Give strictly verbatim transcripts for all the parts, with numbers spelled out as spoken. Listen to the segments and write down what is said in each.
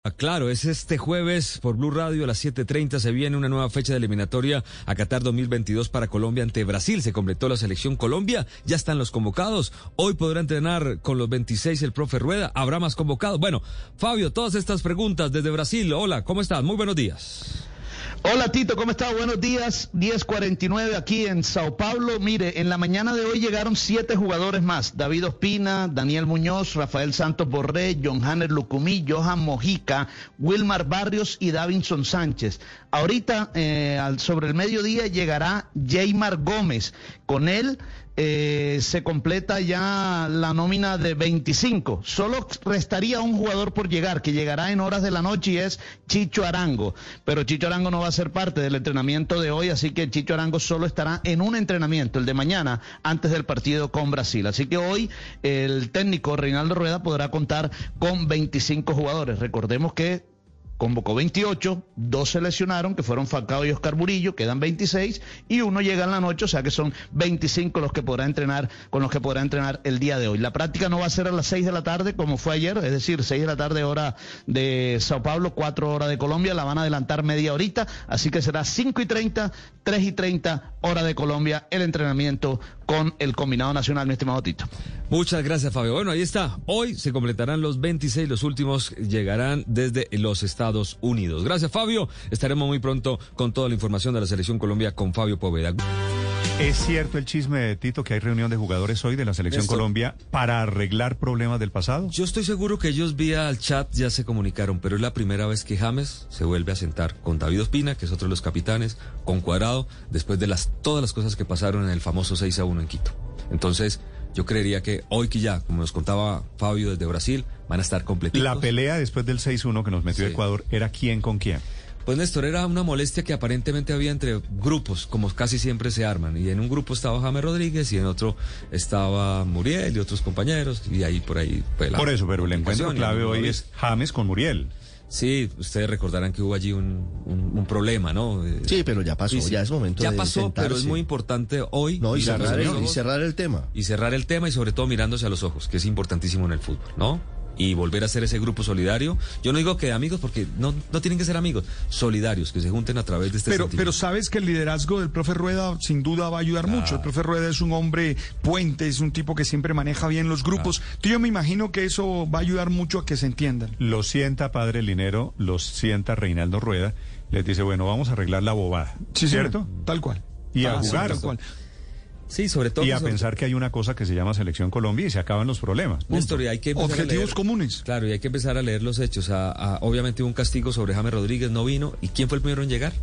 Ah, claro, es este jueves por Blue Radio a las siete treinta se viene una nueva fecha de eliminatoria a Qatar dos mil veintidós para Colombia ante Brasil. Se completó la selección Colombia, ya están los convocados. Hoy podrá entrenar con los veintiséis el profe Rueda, habrá más convocados. Bueno, Fabio, todas estas preguntas desde Brasil. Hola, ¿cómo estás? Muy buenos días. Hola Tito, ¿cómo está? Buenos días, diez cuarenta y nueve aquí en Sao Paulo. Mire, en la mañana de hoy llegaron siete jugadores más. David Ospina, Daniel Muñoz, Rafael Santos Borré, John Hanner Lucumí, Johan Mojica, Wilmar Barrios y Davinson Sánchez. Ahorita, eh, al, sobre el mediodía, llegará Jeymar Gómez. Con él eh, se completa ya la nómina de veinticinco. Solo restaría un jugador por llegar, que llegará en horas de la noche y es Chicho Arango. Pero Chicho Arango no va a ser parte del entrenamiento de hoy, así que Chicho Arango solo estará en un entrenamiento, el de mañana, antes del partido con Brasil. Así que hoy el técnico Reinaldo Rueda podrá contar con veinticinco jugadores. Recordemos que convocó veintiocho, dos se lesionaron, que fueron Falcao y Oscar Murillo, quedan veintiséis, y uno llega en la noche, o sea que son veinticinco los que podrá entrenar, con los que podrá entrenar el día de hoy. La práctica no va a ser a las seis de la tarde, como fue ayer, es decir, seis de la tarde hora de Sao Paulo, cuatro horas de Colombia, la van a adelantar media horita, así que será cinco y treinta, tres y treinta hora de Colombia, el entrenamiento con el combinado nacional, mi estimado Tito. Muchas gracias, Fabio. Bueno, ahí está. Hoy se completarán los veintiséis, los últimos llegarán desde los Estados Unidos. Gracias, Fabio. Estaremos muy pronto con toda la información de la Selección Colombia con Fabio Poveda. ¿Es cierto el chisme de Tito que hay reunión de jugadores hoy de la Selección Esto... Colombia para arreglar problemas del pasado? Yo estoy seguro que ellos vía el chat ya se comunicaron, pero es la primera vez que James se vuelve a sentar con David Ospina, que es otro de los capitanes, con Cuadrado, después de las todas las cosas que pasaron en el famoso seis a uno en Quito. Entonces, yo creería que hoy que ya, como nos contaba Fabio desde Brasil, van a estar completitos. La pelea después del seis uno que nos metió sí. Ecuador, ¿era quién con quién? Pues Néstor, era una molestia que aparentemente había entre grupos, como casi siempre se arman. Y en un grupo estaba James Rodríguez y en otro estaba Muriel y otros compañeros. Y ahí por ahí fue la... Por eso, pero el encuentro clave hoy es James con Muriel. Sí, ustedes recordarán que hubo allí un, un, un problema, ¿no? Sí, pero ya pasó, sí, sí. ya es momento ya de Ya pasó, sentarse. Pero es muy importante hoy... No, y cerrar, el, y cerrar el tema. Y cerrar el tema y sobre todo mirándose a los ojos, que es importantísimo en el fútbol, ¿no? Y volver a ser ese grupo solidario. Yo no digo que amigos, porque no, no tienen que ser amigos, solidarios, que se junten a través de este pero, sentimiento. Pero sabes que el liderazgo del profe Rueda sin duda va a ayudar ah. mucho. El profe Rueda es un hombre puente, es un tipo que siempre maneja bien los grupos. Ah. Yo me imagino que eso va a ayudar mucho a que se entiendan. Lo sienta Padre Linero, lo sienta Reinaldo Rueda, les dice, bueno, vamos a arreglar la bobada, sí, ¿cierto? Sí, tal cual. Y ah, a jugar. Sí, tal cual. Sí, sobre todo. Y a sobre pensar todo. que hay una cosa que se llama Selección Colombia y se acaban los problemas. Néstor, y hay que objetivos a leer, comunes. Claro, y hay que empezar a leer los hechos. A, a, obviamente hubo un castigo sobre James Rodríguez, no vino. ¿Y quién fue el primero en llegar?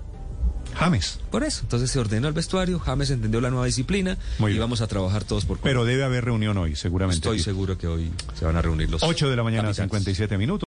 James. Por eso. Entonces se ordenó el vestuario, James entendió la nueva disciplina Muy y bien. Vamos a trabajar todos por Pero debe haber reunión hoy, seguramente. Estoy seguro que hoy se van a reunir los... ocho de la mañana, capitanes. cincuenta y siete minutos.